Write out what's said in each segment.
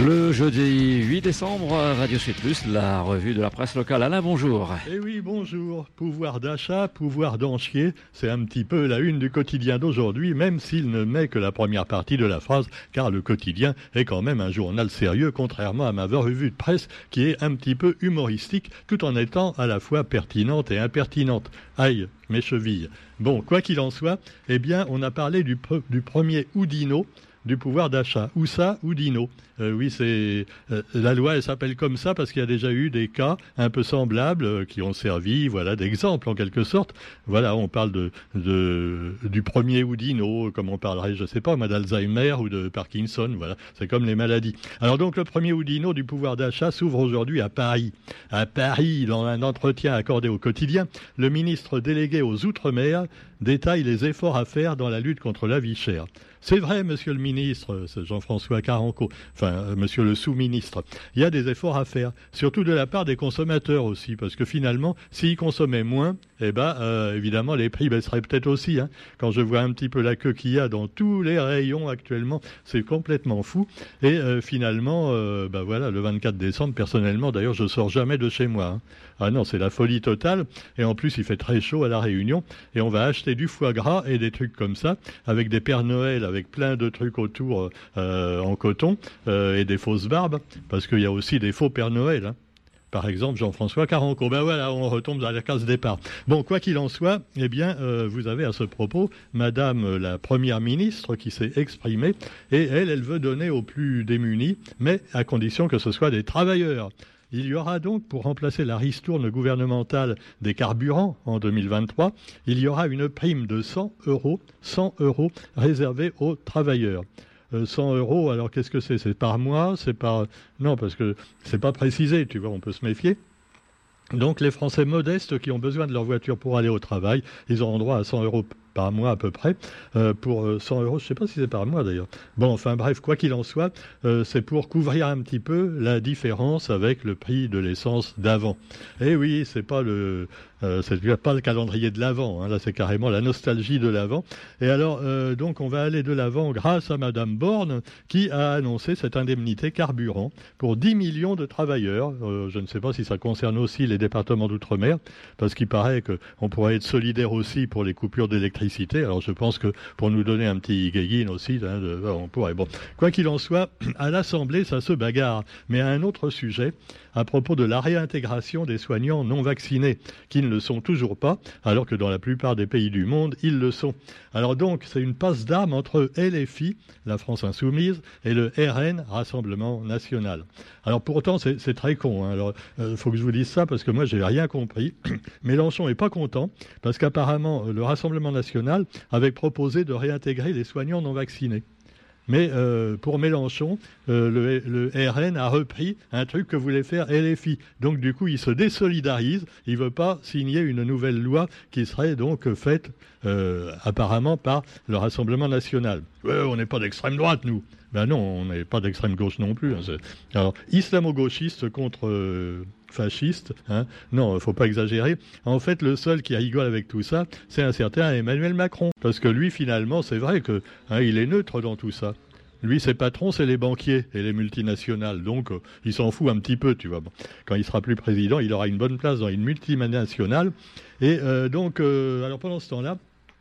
Le jeudi 8 décembre, Radio Sud Plus, la revue de la presse locale. Alain, bonjour. Eh oui, bonjour. Pouvoir d'achat, pouvoir d'enchier, c'est un petit peu la une du quotidien d'aujourd'hui, même s'il ne met que la première partie de la phrase, car le quotidien est quand même un journal sérieux, contrairement à ma revue de presse, qui est un petit peu humoristique, tout en étant à la fois pertinente et impertinente. Aïe, mes chevilles. Bon, quoi qu'il en soit, eh bien, on a parlé du premier Oudinot, du pouvoir d'achat. Où ça? Oudinot. Oui, c'est la loi, elle s'appelle comme ça parce qu'il y a déjà eu des cas un peu semblables qui ont servi, voilà, d'exemple en quelque sorte. Voilà, on parle du premier Oudinot, comme on parlerait, je sais pas, d'Alzheimer ou de Parkinson. Voilà, c'est comme les maladies. Alors donc, le premier Oudinot du pouvoir d'achat s'ouvre aujourd'hui à Paris. À Paris, dans un entretien accordé au quotidien, le ministre délégué aux Outre-mer détaille les efforts à faire dans la lutte contre la vie chère. C'est vrai, monsieur le ministre, c'est Jean-François Carenco, monsieur le sous-ministre, il y a des efforts à faire, surtout de la part des consommateurs aussi, parce que finalement, s'ils consommaient moins, évidemment, les prix baisseraient peut-être aussi. Quand je vois un petit peu la queue qu'il y a dans tous les rayons actuellement, c'est complètement fou. Et finalement, voilà, le 24 décembre, personnellement, d'ailleurs, je sors jamais de chez moi. Ah non, c'est la folie totale. Et en plus, il fait très chaud à La Réunion. Et on va acheter du foie gras et des trucs comme ça, avec des Pères Noël, avec plein de trucs autour en coton, et des fausses barbes, parce qu'il y a aussi des faux Pères Noël. Par exemple, Jean-François Carenco. Ben voilà, on retombe dans la case départ. Bon, quoi qu'il en soit, eh bien, vous avez à ce propos Madame la Première ministre qui s'est exprimée, et elle veut donner aux plus démunis, mais à condition que ce soit des travailleurs. Il y aura donc, pour remplacer la ristourne gouvernementale des carburants en 2023, il y aura une prime de 100 euros réservée aux travailleurs. 100 euros, alors qu'est-ce que c'est? C'est par mois? C'est par... Non, parce que c'est pas précisé, tu vois, on peut se méfier. Donc les Français modestes qui ont besoin de leur voiture pour aller au travail, ils auront droit à 100 euros par mois à peu près. Pour 100 euros, je ne sais pas si c'est par mois d'ailleurs. Bon, enfin bref, quoi qu'il en soit, c'est pour couvrir un petit peu la différence avec le prix de l'essence d'avant. Et oui, c'est pas le calendrier de l'Avent, là c'est carrément la nostalgie de l'Avent. Et alors, donc on va aller de l'avant grâce à Madame Borne qui a annoncé cette indemnité carburant pour 10 millions de travailleurs. Je ne sais pas si ça concerne aussi les départements d'outre-mer, parce qu'il paraît qu'on pourrait être solidaire aussi pour les coupures d'électricité. Alors je pense que pour nous donner un petit guéguine aussi, on pourrait. Bon, quoi qu'il en soit, à l'Assemblée, ça se bagarre. Mais à un autre sujet, à propos de la réintégration des soignants non vaccinés, qui ne le sont toujours pas, alors que dans la plupart des pays du monde, ils le sont. Alors donc, c'est une passe d'armes entre LFI, la France Insoumise, et le RN, Rassemblement National. Alors pourtant, c'est très con. Alors, faut que je vous dise ça, parce que moi, j'ai rien compris. Mélenchon est pas content, parce qu'apparemment, le Rassemblement National avait proposé de réintégrer les soignants non vaccinés. Mais pour Mélenchon, le RN a repris un truc que voulait faire LFI. Donc du coup, il se désolidarise. Il ne veut pas signer une nouvelle loi qui serait donc faite apparemment par le Rassemblement National. On n'est pas d'extrême droite, nous. Ben non, on n'est pas d'extrême gauche non plus. Alors, islamo-gauchiste contre... fasciste, non, faut pas exagérer. En fait, le seul qui rigole avec tout ça, c'est un certain Emmanuel Macron. Parce que lui, finalement, c'est vrai que il est neutre dans tout ça. Lui, ses patrons, c'est les banquiers et les multinationales. Donc, il s'en fout un petit peu, tu vois. Bon, quand il sera plus président, il aura une bonne place dans une multinationale. Et alors pendant ce temps-là,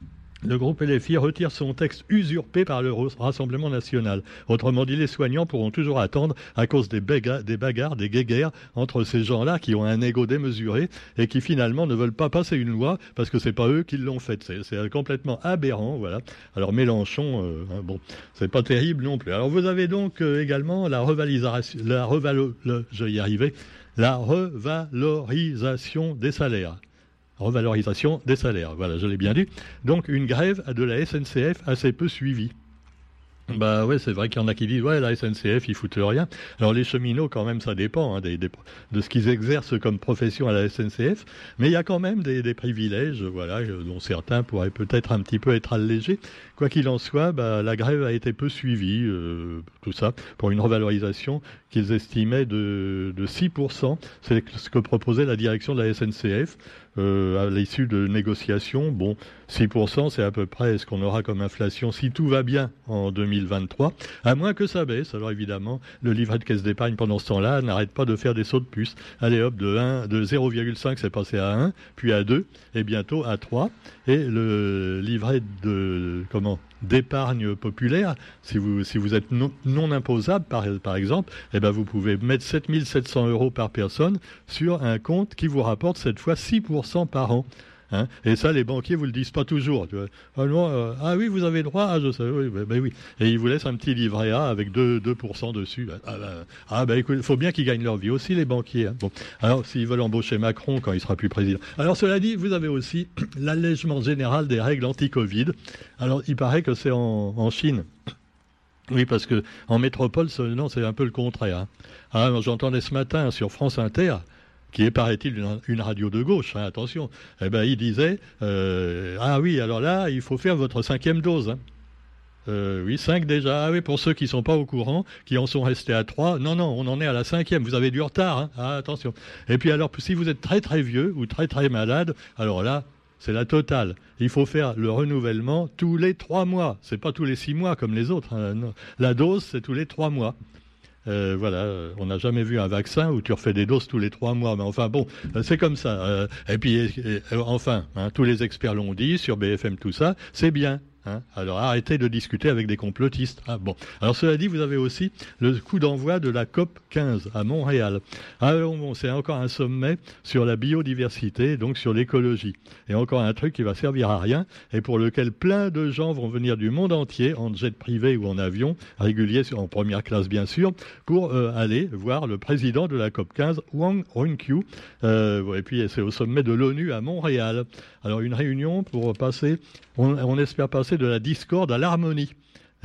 le groupe LFI retire son texte usurpé par le Rassemblement National. Autrement dit, les soignants pourront toujours attendre à cause des bagarres, des guéguerres entre ces gens-là qui ont un ego démesuré et qui finalement ne veulent pas passer une loi parce que c'est pas eux qui l'ont faite. C'est complètement aberrant, voilà. Alors Mélenchon, c'est pas terrible non plus. Alors vous avez donc également la revalorisation des salaires. Revalorisation des salaires, voilà, je l'ai bien dit. Donc une grève de la SNCF assez peu suivie. Bah ouais, c'est vrai qu'il y en a qui disent ouais, la SNCF ils foutent rien. Alors les cheminots quand même ça dépend de ce qu'ils exercent comme profession à la SNCF, mais il y a quand même des privilèges, voilà, dont certains pourraient peut-être un petit peu être allégés. Quoi qu'il en soit, la grève a été peu suivie, tout ça pour une revalorisation qu'ils estimaient de 6%. C'est ce que proposait la direction de la SNCF. à l'issue de négociations. Bon, 6%, c'est à peu près ce qu'on aura comme inflation si tout va bien en 2023, à moins que ça baisse. Alors évidemment, le livret de caisse d'épargne pendant ce temps-là n'arrête pas de faire des sauts de puce. Allez hop, de 0,5 c'est passé à 1, puis à 2 et bientôt à 3. Et le livret d'épargne populaire, si vous êtes non imposable par exemple, eh ben vous pouvez mettre 7 700 € par personne sur un compte qui vous rapporte cette fois 6% par an. Hein, et ça, les banquiers vous le disent pas toujours. Tu vois. Ah oui, vous avez droit. Ah, je sais. Oui, oui. Et ils vous laissent un petit livret A avec 2% dessus. Écoute, il faut bien qu'ils gagnent leur vie aussi, les banquiers. Hein. Bon. Alors, s'ils veulent embaucher Macron quand il sera plus président. Alors, cela dit, vous avez aussi l'allègement général des règles anti-Covid. Alors, il paraît que c'est en Chine. Oui, parce que en métropole, non, c'est un peu le contraire. Hein. J'entendais ce matin sur France Inter, qui est, paraît-il, une radio de gauche, hein, attention, eh ben, il disait ah oui, alors là, il faut faire votre 5e dose. Hein. Oui, 5 déjà. Ah oui, pour ceux qui ne sont pas au courant, qui en sont restés à 3, non, on en est à la 5e, vous avez du retard. Hein. Ah, attention. Et puis alors, si vous êtes très très vieux ou très très malade, alors là, c'est la totale. Il faut faire le renouvellement tous les 3 mois. C'est pas tous les 6 mois comme les autres. Hein. La dose, c'est tous les 3 mois. On n'a jamais vu un vaccin où tu refais des doses tous les 3 mois. Mais enfin bon, c'est comme ça. Et puis, enfin, hein, tous les experts l'ont dit, sur BFM, tout ça, c'est bien. Hein, alors arrêtez de discuter avec des complotistes. Ah, bon. Alors cela dit, vous avez aussi le coup d'envoi de la COP 15 à Montréal. Alors bon, c'est encore un sommet sur la biodiversité, donc sur l'écologie. Et encore un truc qui va servir à rien et pour lequel plein de gens vont venir du monde entier, en jet privé ou en avion, régulier, en première classe bien sûr, pour aller voir le président de la COP 15, Wang Runkyu. Et puis c'est au sommet de l'ONU à Montréal. Alors une réunion pour passer, on espère passer de la discorde à l'harmonie.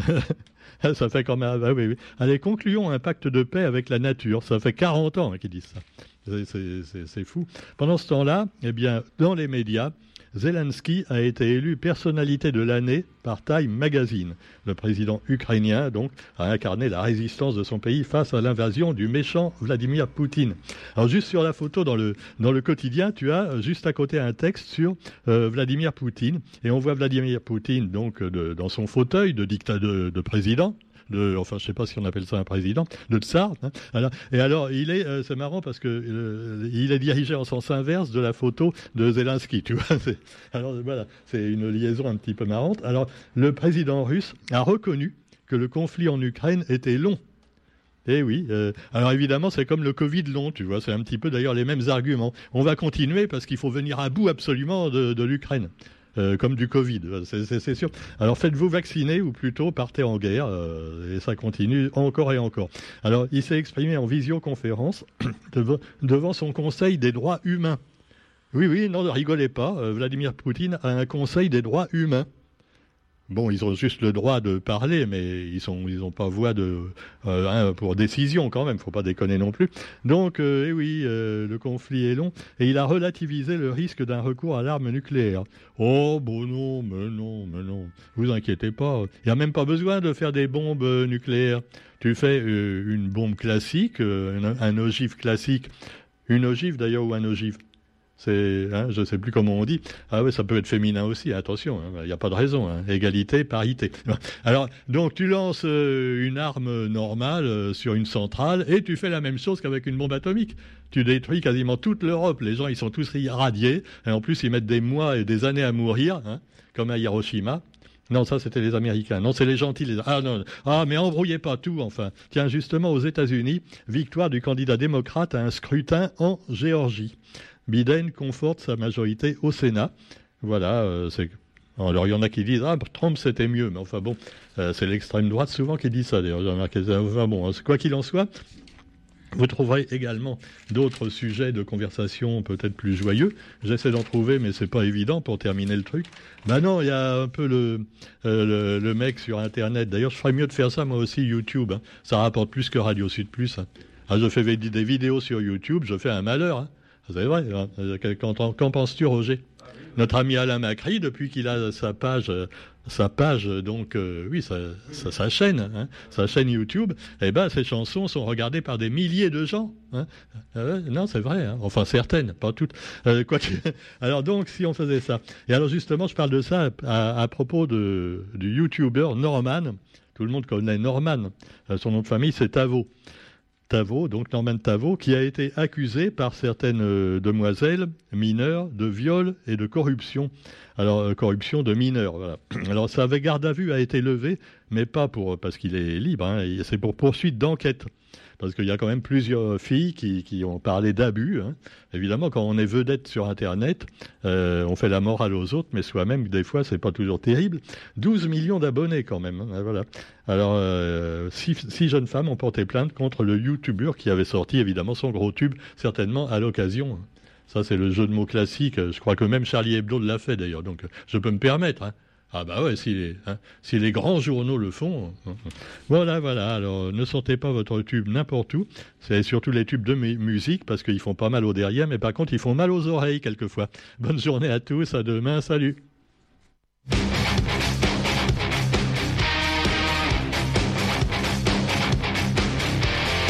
Ça fait quand même... oui. Allez, concluons un pacte de paix avec la nature. Ça fait 40 ans qu'ils disent ça. C'est fou. Pendant ce temps-là, eh bien, dans les médias, Zelensky a été élu personnalité de l'année par Time Magazine. Le président ukrainien, donc, a incarné la résistance de son pays face à l'invasion du méchant Vladimir Poutine. Alors, juste sur la photo dans le quotidien, tu as juste à côté un texte sur Vladimir Poutine. Et on voit Vladimir Poutine, donc, dans son fauteuil de président. Je ne sais pas si on appelle ça un président, de tsar. Hein. Alors, c'est marrant parce que il est dirigé en sens inverse de la photo de Zelensky, tu vois. Alors voilà, c'est une liaison un petit peu marrante. Alors, le président russe a reconnu que le conflit en Ukraine était long. Eh oui. Alors évidemment, c'est comme le Covid long, tu vois. C'est un petit peu d'ailleurs les mêmes arguments. On va continuer parce qu'il faut venir à bout absolument de l'Ukraine. Comme du Covid, c'est sûr. Alors faites-vous vacciner ou plutôt partez en guerre et ça continue encore et encore. Alors il s'est exprimé en visioconférence devant son Conseil des droits humains. Oui, non, ne rigolez pas, Vladimir Poutine a un Conseil des droits humains. Bon, ils ont juste le droit de parler, mais ils ont pas voix pour décision quand même. Faut pas déconner non plus. Donc, le conflit est long et il a relativisé le risque d'un recours à l'arme nucléaire. Oh, bon non, mais non. Vous inquiétez pas. Il y a même pas besoin de faire des bombes nucléaires. Tu fais une bombe classique, un ogive classique, une ogive d'ailleurs ou un ogive. Je ne sais plus comment on dit. Ah oui, ça peut être féminin aussi, attention, il n'y a pas de raison. Hein. Égalité, parité. Alors, donc tu lances une arme normale sur une centrale et tu fais la même chose qu'avec une bombe atomique. Tu détruis quasiment toute l'Europe. Les gens, ils sont tous irradiés. Et en plus, ils mettent des mois et des années à mourir, hein, comme à Hiroshima. Non, ça, c'était les Américains. Non, c'est les gentils. Mais embrouillez pas tout, enfin. Tiens, justement, aux États-Unis, victoire du candidat démocrate à un scrutin en Géorgie. Biden conforte sa majorité au Sénat. Voilà, alors il y en a qui disent Trump c'était mieux, mais enfin bon, c'est l'extrême droite souvent qui dit ça d'ailleurs. J'ai remarqué ça. Enfin bon, quoi qu'il en soit, vous trouverez également d'autres sujets de conversation peut-être plus joyeux. J'essaie d'en trouver, mais c'est pas évident pour terminer le truc. Non, il y a un peu le mec sur Internet. D'ailleurs, je ferais mieux de faire ça moi aussi YouTube. Hein. Ça rapporte plus que Radio Sud Plus. Hein. Je fais des vidéos sur YouTube, je fais un malheur. Hein. C'est vrai. Qu'en penses-tu, Roger ? Notre ami Alain Macri, depuis qu'il a sa page donc sa chaîne, hein, sa chaîne YouTube, eh ben ces chansons sont regardées par des milliers de gens. Hein. Non, c'est vrai. Hein. Enfin certaines, pas toutes. Alors donc si on faisait ça. Et alors justement, je parle de ça à propos du YouTuber Norman. Tout le monde connaît Norman. Son nom de famille, c'est Tavo. Donc Norman Tavo, qui a été accusé par certaines demoiselles mineures de viol et de corruption. Alors, corruption de mineurs, voilà. Alors, sa garde à vue a été levée, mais pas parce qu'il est libre, hein, c'est pour poursuite d'enquête. Parce qu'il y a quand même plusieurs filles qui ont parlé d'abus. Hein. Évidemment, quand on est vedette sur Internet, on fait la morale aux autres, mais soi-même, des fois, c'est pas toujours terrible. 12 millions d'abonnés quand même. Hein, voilà. Alors, 6 jeunes femmes ont porté plainte contre le YouTuber qui avait sorti, évidemment, son gros tube, certainement à l'occasion. Ça, c'est le jeu de mots classique. Je crois que même Charlie Hebdo l'a fait, d'ailleurs. Donc, je peux me permettre. Hein. Ah bah ouais, si les grands journaux le font. Voilà. Alors, ne sortez pas votre tube n'importe où. C'est surtout les tubes de musique, parce qu'ils font pas mal au derrière, mais par contre, ils font mal aux oreilles quelquefois. Bonne journée à tous, à demain, salut.